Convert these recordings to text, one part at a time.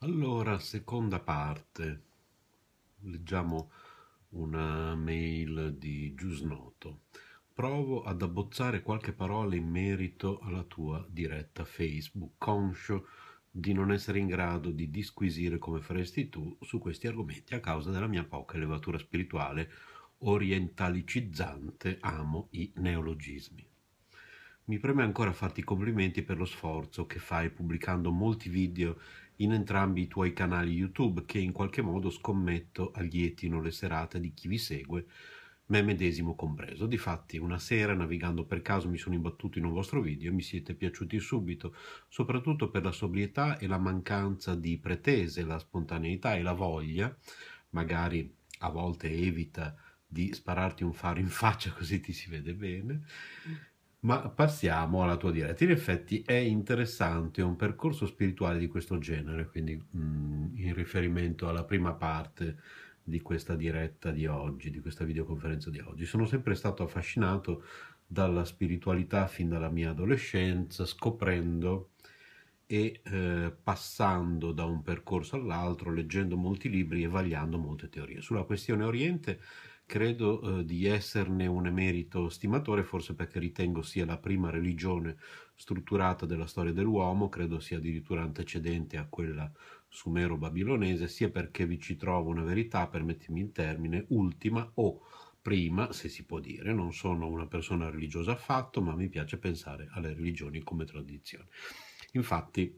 Allora, seconda parte, leggiamo una mail di Giusnoto. Provo ad abbozzare qualche parola in merito alla tua diretta Facebook, conscio di non essere in grado di disquisire come faresti tu su questi argomenti a causa della mia poca levatura spirituale orientalicizzante. Amo i neologismi. Mi preme ancora farti i complimenti per lo sforzo che fai pubblicando molti video in entrambi i tuoi canali YouTube che in qualche modo scommetto allietino le serate di chi vi segue, me medesimo compreso. Difatti, una sera navigando per caso mi sono imbattuto in un vostro video e mi siete piaciuti subito, soprattutto per la sobrietà e la mancanza di pretese, la spontaneità e la voglia, magari a volte evita di spararti un faro in faccia così ti si vede bene. Ma passiamo alla tua diretta. In effetti è interessante un percorso spirituale di questo genere, quindi in riferimento alla prima parte di questa diretta di oggi, di questa videoconferenza di oggi. Sono sempre stato affascinato dalla spiritualità fin dalla mia adolescenza, scoprendo e passando da un percorso all'altro, leggendo molti libri e vagliando molte teorie. Sulla questione Oriente credo di esserne un emerito stimatore, forse perché ritengo sia la prima religione strutturata della storia dell'uomo, credo sia addirittura antecedente a quella sumero-babilonese, sia perché vi ci trovo una verità, permettimi il termine, ultima o prima, se si può dire. Non sono una persona religiosa affatto, ma mi piace pensare alle religioni come tradizione. Infatti,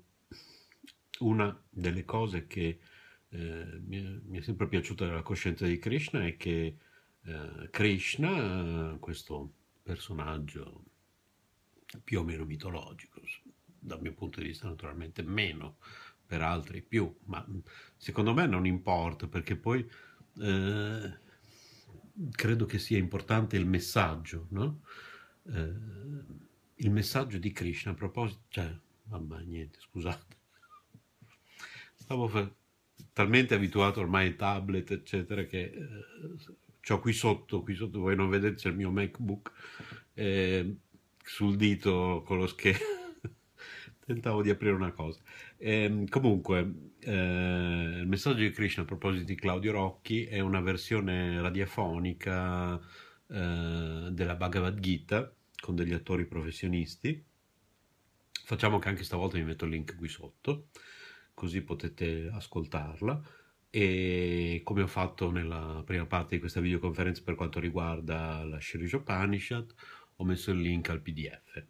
una delle cose che mi è sempre piaciuta della coscienza di Krishna è che Krishna, questo personaggio più o meno mitologico, dal mio punto di vista naturalmente meno, per altri più, ma secondo me non importa perché poi eh, credo che sia importante il messaggio, no? Il messaggio di Krishna a proposito, cioè, vabbè, niente, scusate. Stavo talmente abituato ormai ai tablet, eccetera, che c'ho qui sotto, voi non vedete, c'è il mio MacBook eh, sul dito con lo schermo. Tentavo di aprire una cosa. Comunque, il messaggio di Krishna a proposito di Claudio Rocchi è una versione radiofonica della Bhagavad Gita con degli attori professionisti. Facciamo che anche stavolta vi metto il link qui sotto, così potete ascoltarla. E come ho fatto nella prima parte di questa videoconferenza per quanto riguarda la Upanishad, ho messo il link al PDF.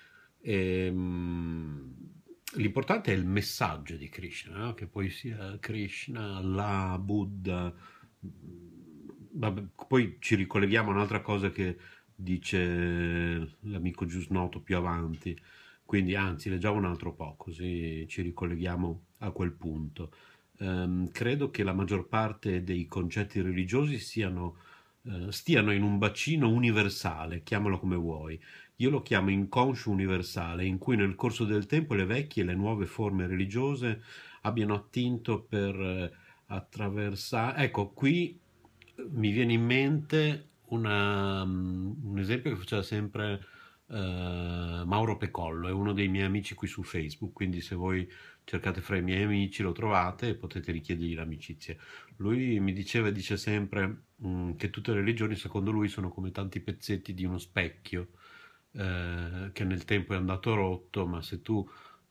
L'importante è il messaggio di Krishna, no? Che poi sia Krishna, Allah, Buddha. Vabbè, poi ci ricolleghiamo a un'altra cosa che dice l'amico Giusnoto più avanti, quindi anzi leggiamo un altro po', così ci ricolleghiamo a quel punto. Credo che la maggior parte dei concetti religiosi stiano in un bacino universale, chiamalo come vuoi. Io lo chiamo inconscio universale, in cui nel corso del tempo le vecchie e le nuove forme religiose abbiano attinto per attraversare. Ecco, qui mi viene in mente un esempio che faceva sempre Mauro Pecollo, è uno dei miei amici qui su Facebook, quindi se voi cercate fra i miei amici lo trovate e potete richiedergli l'amicizia. Lui mi diceva e dice sempre che tutte le religioni secondo lui sono come tanti pezzetti di uno specchio che nel tempo è andato rotto, ma se tu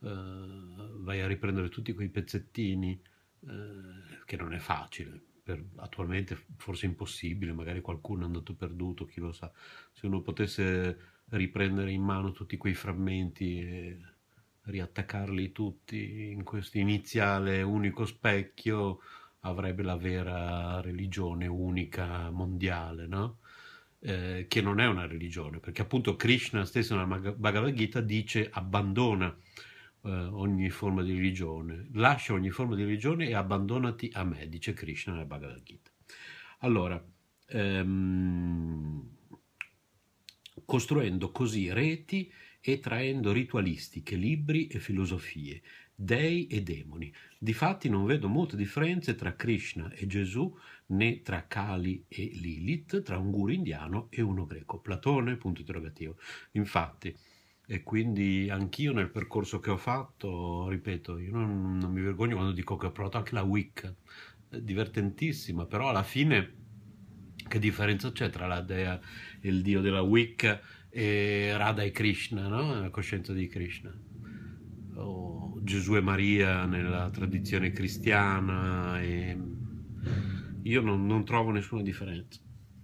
vai a riprendere tutti quei pezzettini, che non è facile, attualmente forse impossibile, magari qualcuno è andato perduto, chi lo sa, se uno potesse riprendere in mano tutti quei frammenti e riattaccarli tutti in questo iniziale unico specchio, avrebbe la vera religione unica mondiale, no? Che non è una religione, perché appunto Krishna stesso nella Bhagavad Gita dice abbandona ogni forma di religione, lascia ogni forma di religione e abbandonati a me, dice Krishna nella Bhagavad Gita. Allora, ehm, costruendo così reti e traendo ritualistiche, libri e filosofie, dei e demoni. Difatti non vedo molte differenze tra Krishna e Gesù, né tra Kali e Lilith, tra un guru indiano e uno greco. Platone? Punto interrogativo. Infatti, E quindi anch'io nel percorso che ho fatto, ripeto, io non mi vergogno quando dico che ho provato anche la Wicca, è divertentissima, però alla fine che differenza c'è tra la dea e il dio della Wicca e Radha e Krishna, no? La coscienza di Krishna. O Gesù e Maria nella tradizione cristiana. Io non trovo nessuna differenza.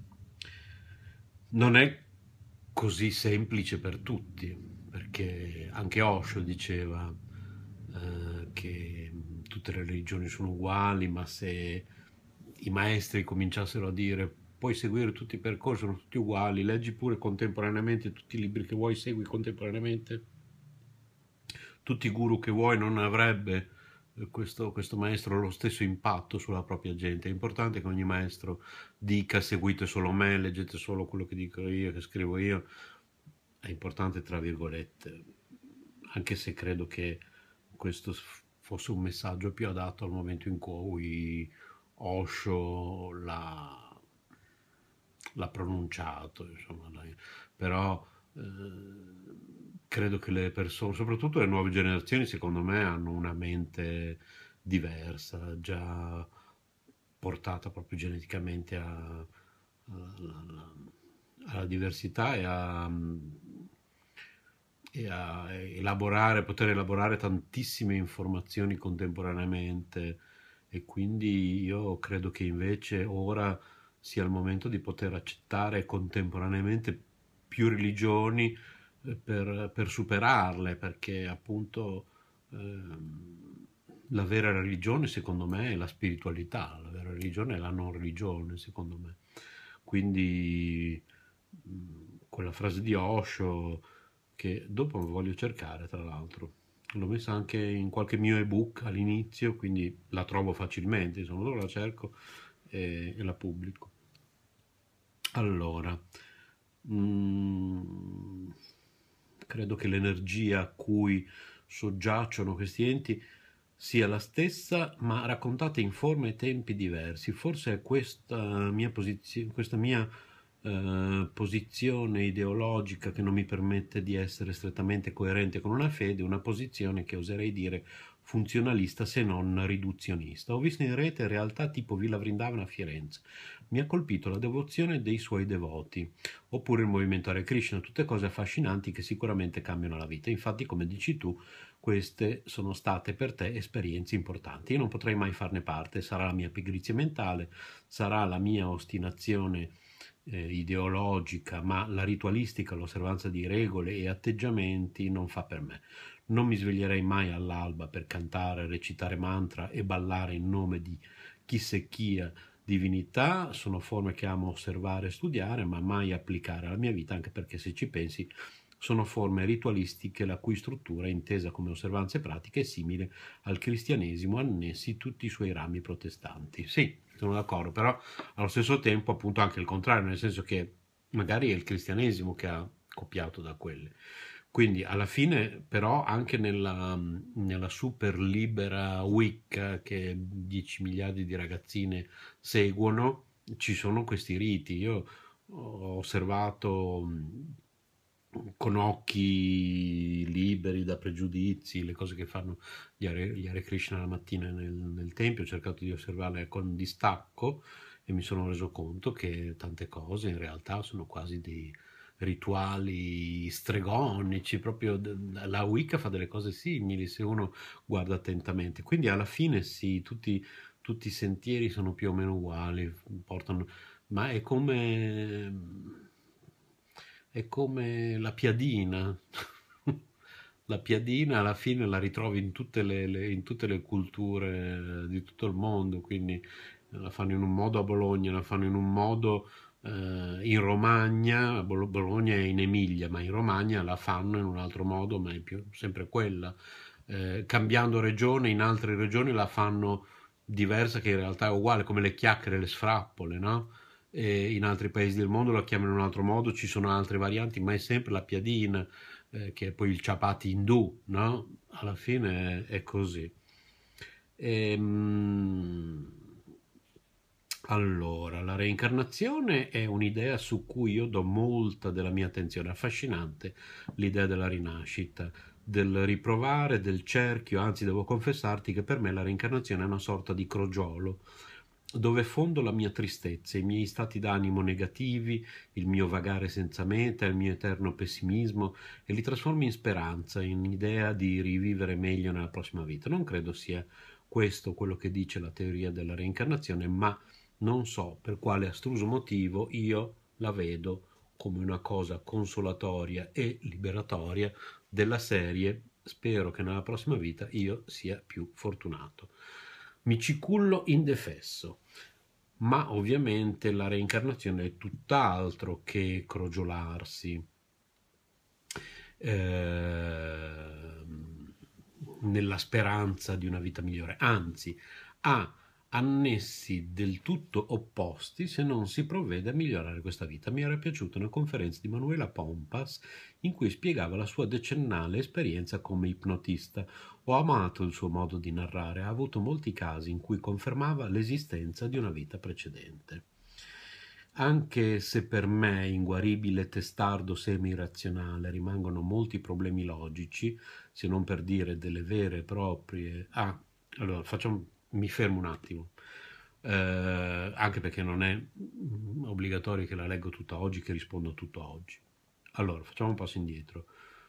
Non è così semplice per tutti, perché anche Osho diceva che tutte le religioni sono uguali, ma se i maestri cominciassero a dire puoi seguire tutti i percorsi, sono tutti uguali, leggi pure contemporaneamente tutti i libri che vuoi, segui contemporaneamente tutti i guru che vuoi, non avrebbe questo maestro lo stesso impatto sulla propria gente. È importante che ogni maestro dica seguite solo me, leggete solo quello che dico io, che scrivo io. È importante tra virgolette, anche se credo che questo fosse un messaggio più adatto al momento in cui Osho l'ha pronunciato, insomma, dai. Però credo che le persone, soprattutto le nuove generazioni, secondo me, hanno una mente diversa, già portata proprio geneticamente alla diversità e a elaborare, poter elaborare tantissime informazioni contemporaneamente e quindi io credo che invece ora sia il momento di poter accettare contemporaneamente più religioni per superarle, perché appunto la vera religione secondo me è la spiritualità, la vera religione è la non religione secondo me. Quindi quella frase di Osho che dopo voglio cercare tra l'altro. L'ho messa anche in qualche mio ebook all'inizio, quindi la trovo facilmente, insomma, allora la cerco e la pubblico. Allora, mm, credo che l'energia a cui soggiacciono questi enti sia la stessa, ma raccontata in forme e tempi diversi. Forse è questa mia posizione ideologica che non mi permette di essere strettamente coerente con una fede, una posizione che oserei dire funzionalista se non riduzionista. Ho visto in rete realtà tipo Villa Vrindavana a Firenze. Mi ha colpito la devozione dei suoi devoti, oppure il movimento Hare Krishna, tutte cose affascinanti che sicuramente cambiano la vita. Infatti, come dici tu, queste sono state per te esperienze importanti. Io non potrei mai farne parte, sarà la mia pigrizia mentale, sarà la mia ostinazione ideologica, ma la ritualistica, l'osservanza di regole e atteggiamenti non fa per me. Non mi sveglierei mai all'alba per cantare, recitare mantra e ballare in nome di chissà divinità, sono forme che amo osservare e studiare, ma mai applicare alla mia vita, anche perché se ci pensi sono forme ritualistiche la cui struttura, intesa come osservanze pratiche, è simile al cristianesimo, annessi tutti i suoi rami protestanti. Sì, sono d'accordo, però allo stesso tempo appunto anche il contrario, nel senso che magari è il cristianesimo che ha copiato da quelle. Quindi alla fine però anche nella super libera Wicca che 10 miliardi di ragazzine seguono, ci sono questi riti. Io ho osservato con occhi liberi da pregiudizi le cose che fanno gli Hare Krishna la mattina nel tempio, ho cercato di osservarle con distacco e mi sono reso conto che tante cose in realtà sono quasi dei rituali stregonici, proprio la Wicca fa delle cose simili se uno guarda attentamente. Quindi alla fine sì, tutti i sentieri sono più o meno uguali, portano, ma è come la piadina. La piadina alla fine la ritrovi in tutte le culture di tutto il mondo, quindi la fanno in un modo a Bologna, la fanno in un modo in Romagna, Bologna è in Emilia, ma in Romagna la fanno in un altro modo, ma è sempre quella. Cambiando regione, in altre regioni la fanno diversa, che in realtà è uguale, come le chiacchiere, le sfrappole, no? E in altri paesi del mondo la chiamano in un altro modo, ci sono altre varianti, ma è sempre la piadina, che è poi il chapati indù, no? Alla fine è così. Ehm, Allora, la reincarnazione è un'idea su cui io do molta della mia attenzione. Affascinante l'idea della rinascita, del riprovare, del cerchio. Anzi, devo confessarti che per me la reincarnazione è una sorta di crogiolo dove fondo la mia tristezza, i miei stati d'animo negativi, il mio vagare senza meta, il mio eterno pessimismo, e li trasformo in speranza, in idea di rivivere meglio nella prossima vita. Non credo sia questo quello che dice la teoria della reincarnazione, ma non so per quale astruso motivo io la vedo come una cosa consolatoria e liberatoria della serie. Spero che nella prossima vita io sia più fortunato. Mi ci cullo indefesso, ma ovviamente la reincarnazione è tutt'altro che crogiolarsi nella speranza di una vita migliore, anzi ha annessi del tutto opposti se non si provvede a migliorare questa vita. Mi era piaciuta una conferenza di Manuela Pompas in cui spiegava la sua decennale esperienza come ipnotista. Ho amato il suo modo di narrare, ha avuto molti casi in cui confermava l'esistenza di una vita precedente. Anche se per me, inguaribile testardo semi-razionale, rimangono molti problemi logici, se non per dire delle vere e proprie... Ah, allora mi fermo un attimo. Anche perché non è obbligatorio che la leggo tutta oggi, che rispondo a tutto oggi. Allora, facciamo un passo indietro.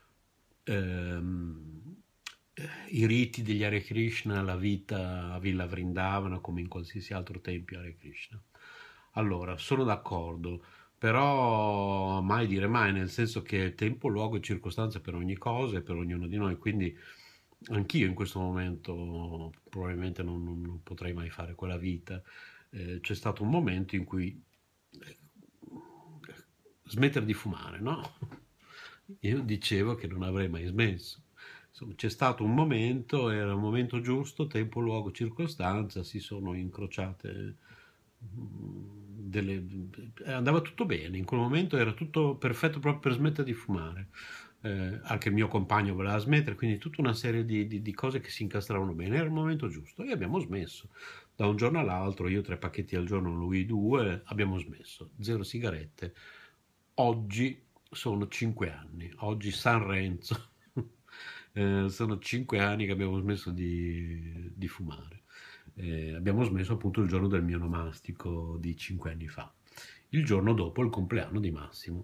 Ehm, I riti degli Hare Krishna, la vita a Villa Vrindavana, come in qualsiasi altro tempio Hare Krishna. Allora, sono d'accordo, però mai dire mai, nel senso che tempo, luogo e circostanze per ogni cosa e per ognuno di noi, quindi anch'io in questo momento probabilmente non potrei mai fare quella vita. C'è stato un momento in cui eh, smettere di fumare, no? Io dicevo che non avrei mai smesso. Insomma, c'è stato un momento, era un momento giusto, tempo, luogo, circostanza, si sono incrociate delle... andava tutto bene, in quel momento era tutto perfetto proprio per smettere di fumare. Anche il mio compagno voleva smettere, quindi tutta una serie di cose che si incastravano bene, era il momento giusto e abbiamo smesso. Da un giorno all'altro, io 3 pacchetti al giorno, lui due, abbiamo smesso, zero sigarette. Oggi sono 5 anni, oggi San Renzo, sono 5 anni che abbiamo smesso di fumare. Abbiamo smesso appunto il giorno del mio nomastico di 5 anni fa, il giorno dopo il compleanno di Massimo.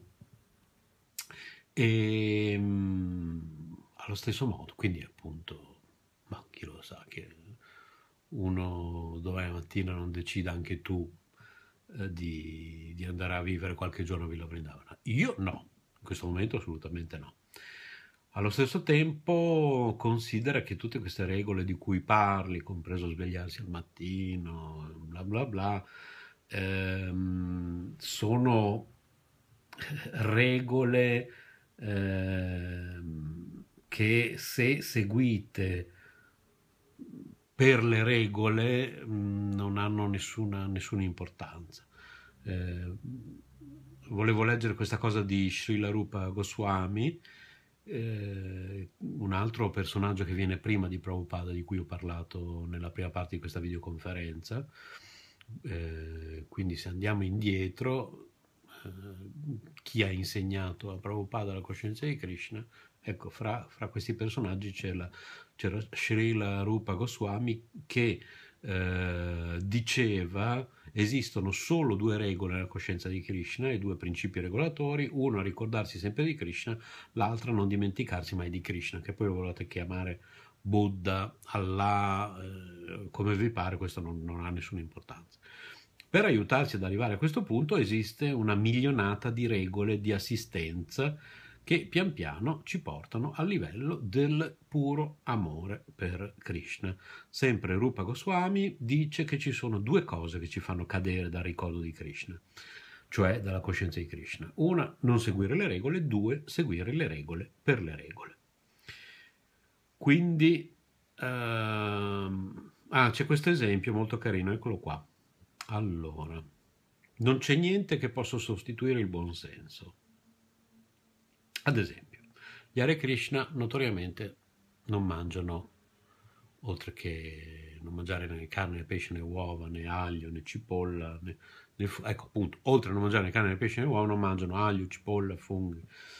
E allo stesso modo, quindi appunto, ma chi lo sa che uno domani mattina non decida anche tu di andare a vivere qualche giorno a Villa Vrindavana. Io no, in questo momento assolutamente no. Allo stesso tempo considera che tutte queste regole di cui parli, compreso svegliarsi al mattino, bla bla bla, sono regole che se seguite per le regole non hanno nessuna importanza. Eh, Volevo leggere questa cosa di Srila Rupa Goswami, un altro personaggio che viene prima di Prabhupada, di cui ho parlato nella prima parte di questa videoconferenza. Quindi se andiamo indietro, chi ha insegnato a Prabhupada la coscienza di Krishna, ecco, fra questi personaggi c'era Srila Rupa Goswami che diceva esistono solo due regole nella coscienza di Krishna e due principi regolatori, uno a ricordarsi sempre di Krishna, l'altro a non dimenticarsi mai di Krishna, che poi lo volete chiamare Buddha, Allah, come vi pare, questo non ha nessuna importanza. Per aiutarci ad arrivare a questo punto esiste una milionata di regole di assistenza che pian piano ci portano al livello del puro amore per Krishna. Sempre Rupa Goswami dice che ci sono due cose che ci fanno cadere dal ricordo di Krishna, cioè dalla coscienza di Krishna. Una, non seguire le regole, due, seguire le regole per le regole. Quindi, c'è questo esempio molto carino, eccolo qua. Allora, non c'è niente che possa sostituire il buonsenso. Ad esempio, gli Hare Krishna notoriamente non mangiano oltre che non mangiare né carne né pesce né uova né aglio né cipolla, ecco appunto, oltre a non mangiare né carne né pesce né uova, non mangiano aglio, cipolla, funghi.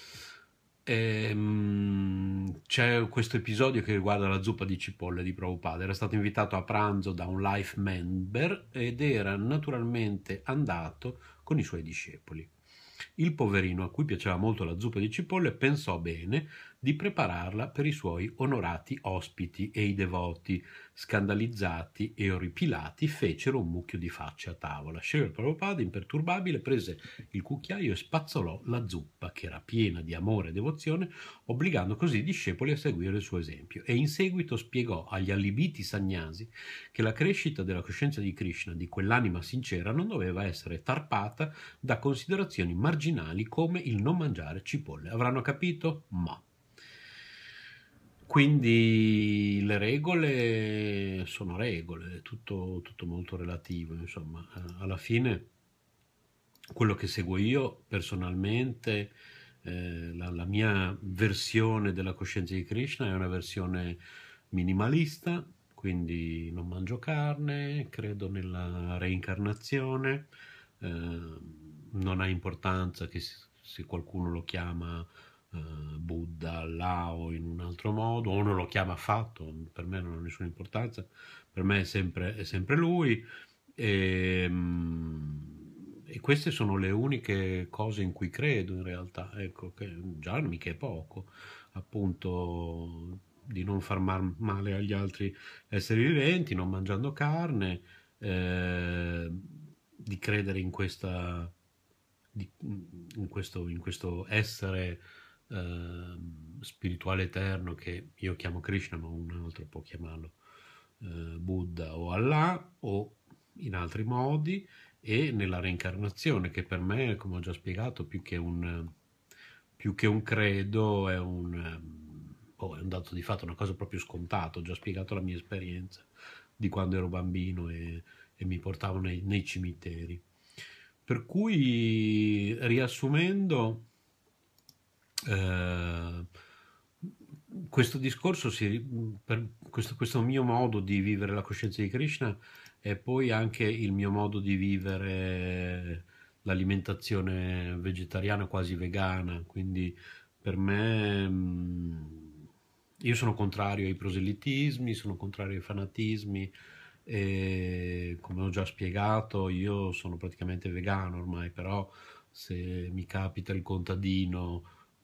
C'è questo episodio che riguarda la zuppa di cipolle di Prabhupada. Era stato invitato a pranzo da un life member ed era naturalmente andato con i suoi discepoli. Il poverino, a cui piaceva molto la zuppa di cipolle, pensò bene di prepararla per i suoi onorati ospiti e i devoti, scandalizzati e orripilati, fecero un mucchio di facce a tavola. Srila Prabhupada, imperturbabile, prese il cucchiaio e spazzolò la zuppa, che era piena di amore e devozione, obbligando così i discepoli a seguire il suo esempio. E in seguito spiegò agli allibiti sannyasi che la crescita della coscienza di Krishna, di quell'anima sincera, non doveva essere tarpata da considerazioni marginali come il non mangiare cipolle. Avranno capito? Ma. Quindi le regole sono regole, è tutto molto relativo, insomma. Alla fine quello che seguo io personalmente, la mia versione della coscienza di Krishna è una versione minimalista, quindi non mangio carne, credo nella reincarnazione, non ha importanza che se qualcuno lo chiama Buddha, Allah o in un altro modo, o non lo chiama affatto, per me non ha nessuna importanza, per me è sempre lui. E, e queste sono le uniche cose in cui credo in realtà, ecco, che già mica è poco, appunto di non far male agli altri esseri viventi, non mangiando carne, di credere in questo essere spirituale eterno che io chiamo Krishna, ma un altro può chiamarlo Buddha o Allah o in altri modi, e nella reincarnazione, che per me, come ho già spiegato, più che un credo è un dato di fatto, una cosa proprio scontata. Ho già spiegato la mia esperienza di quando ero bambino e mi portavo nei cimiteri. Per cui, riassumendo, eh, questo discorso questo mio modo di vivere la coscienza di Krishna è poi anche il mio modo di vivere l'alimentazione vegetariana quasi vegana, quindi per me io sono contrario ai proselitismi, sono contrario ai fanatismi e come ho già spiegato io sono praticamente vegano ormai, però se mi capita il contadino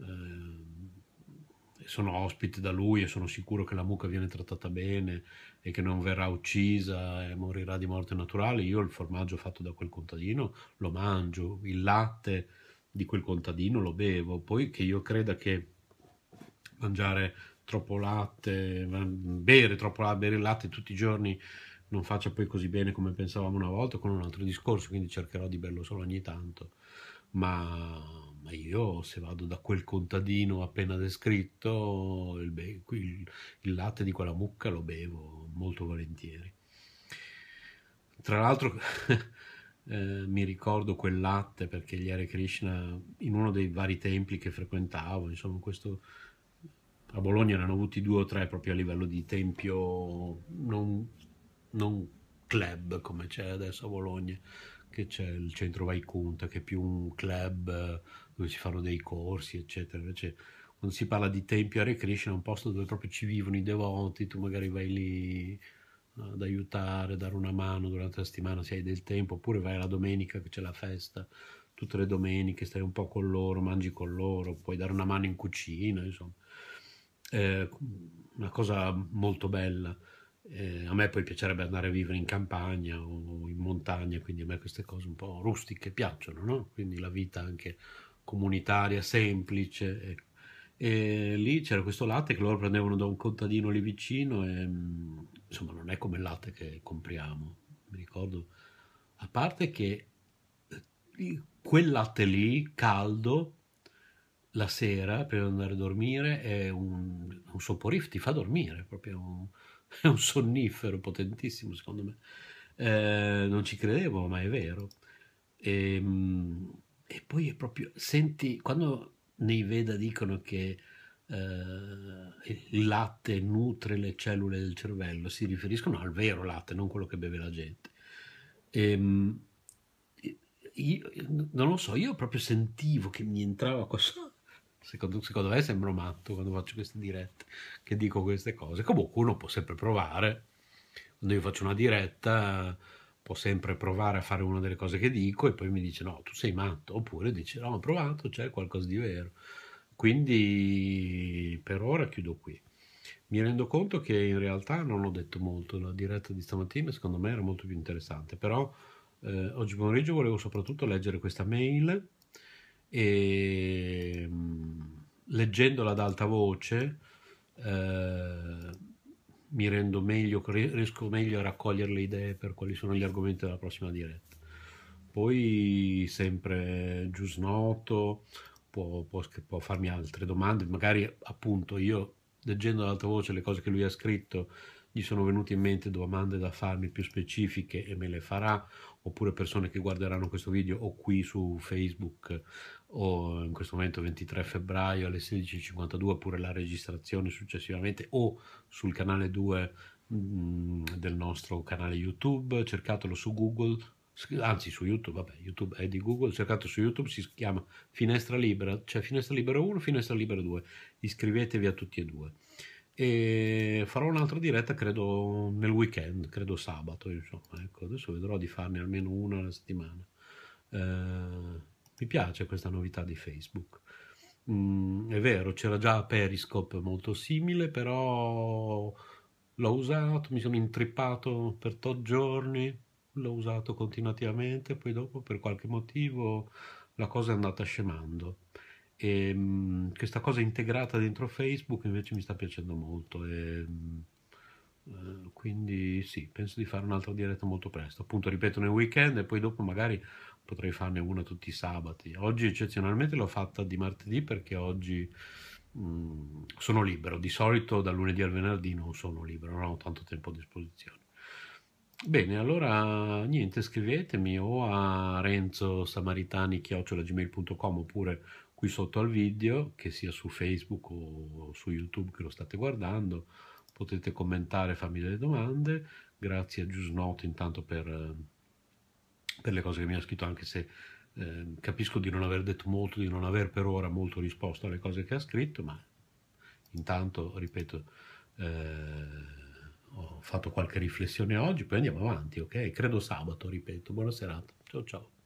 sono ospite da lui e sono sicuro che la mucca viene trattata bene e che non verrà uccisa e morirà di morte naturale, io il formaggio fatto da quel contadino lo mangio, il latte di quel contadino lo bevo. Poi che io creda che mangiare troppo latte, bere troppo latte, bere il latte tutti i giorni non faccia poi così bene come pensavamo una volta, con un altro discorso, quindi cercherò di berlo solo ogni tanto. Ma io se vado da quel contadino appena descritto, il latte di quella mucca lo bevo molto volentieri. Tra l'altro mi ricordo quel latte perché gli Hare Krishna in uno dei vari templi che frequentavo, insomma, a Bologna ne hanno avuti due o tre proprio a livello di tempio, non club come c'è adesso a Bologna, che c'è il centro Vaikunta, che è più un club dove si fanno dei corsi, eccetera. Invece, quando si parla di tempio Hare Krishna, è un posto dove proprio ci vivono i devoti, tu magari vai lì ad aiutare, dare una mano durante la settimana se hai del tempo, oppure vai la domenica che c'è la festa, tutte le domeniche stai un po' con loro, mangi con loro, puoi dare una mano in cucina, insomma. È una cosa molto bella. A me poi piacerebbe andare a vivere in campagna o in montagna, quindi a me queste cose un po' rustiche piacciono, no? Quindi la vita anche comunitaria, semplice. Ecco. E lì c'era questo latte che loro prendevano da un contadino lì vicino e insomma non è come il latte che compriamo, mi ricordo. A parte che quel latte lì, caldo, la sera per andare a dormire è un sopporifero, ti fa dormire, proprio è un sonnifero potentissimo secondo me. Non ci credevo, ma è vero. E poi è proprio, senti, quando nei Veda dicono che il latte nutre le cellule del cervello, si riferiscono al vero latte, non quello che beve la gente. Ehm, io, non lo so, io proprio sentivo che mi entrava questo. Secondo me sembro matto quando faccio queste dirette, che dico queste cose. Comunque uno può sempre provare. Quando io faccio una diretta, può sempre provare a fare una delle cose che dico e poi mi dice no, tu sei matto. Oppure dice no, ho provato, c'è qualcosa di vero. Quindi per ora chiudo qui. Mi rendo conto che in realtà non ho detto molto. La diretta di stamattina secondo me era molto più interessante, però oggi pomeriggio volevo soprattutto leggere questa mail e leggendola ad alta voce eh, mi rendo meglio, riesco meglio a raccogliere le idee per quali sono gli argomenti della prossima diretta. Poi sempre Giusnoto può farmi altre domande, magari appunto io leggendo ad alta voce le cose che lui ha scritto gli sono venute in mente domande da farmi più specifiche e me le farà, oppure persone che guarderanno questo video o qui su Facebook o in questo momento 23 febbraio alle 16:52 oppure la registrazione successivamente o sul canale 2 del nostro canale YouTube, cercatelo su Google, anzi su YouTube, vabbè, YouTube è di Google, cercato su YouTube, si chiama Finestra Libera, c'è Finestra Libera 1, Finestra Libera 2, iscrivetevi a tutti e due. E farò un'altra diretta, credo, nel weekend, credo sabato, insomma, ecco, adesso vedrò di farne almeno una alla settimana. Mi piace questa novità di Facebook. È vero, c'era già Periscope molto simile, però l'ho usato, mi sono intrippato per tot giorni, l'ho usato continuativamente, poi dopo per qualche motivo la cosa è andata scemando. E questa cosa integrata dentro Facebook invece mi sta piacendo molto. Quindi sì, penso di fare un'altra diretta molto presto. Appunto, ripeto, nel weekend e poi dopo magari potrei farne una tutti i sabati. Oggi eccezionalmente l'ho fatta di martedì perché oggi sono libero. Di solito dal lunedì al venerdì non sono libero, non ho tanto tempo a disposizione. Bene, allora niente, scrivetemi o a renzosamaritani@gmail.com oppure qui sotto al video, che sia su Facebook o su YouTube che lo state guardando. Potete commentare, farmi delle domande. Grazie a Giusnote intanto per le cose che mi ha scritto, anche se capisco di non aver detto molto, di non aver per ora molto risposto alle cose che ha scritto, ma intanto, ripeto, ho fatto qualche riflessione oggi, poi andiamo avanti, ok? Credo sabato, ripeto. Buona serata. Ciao ciao.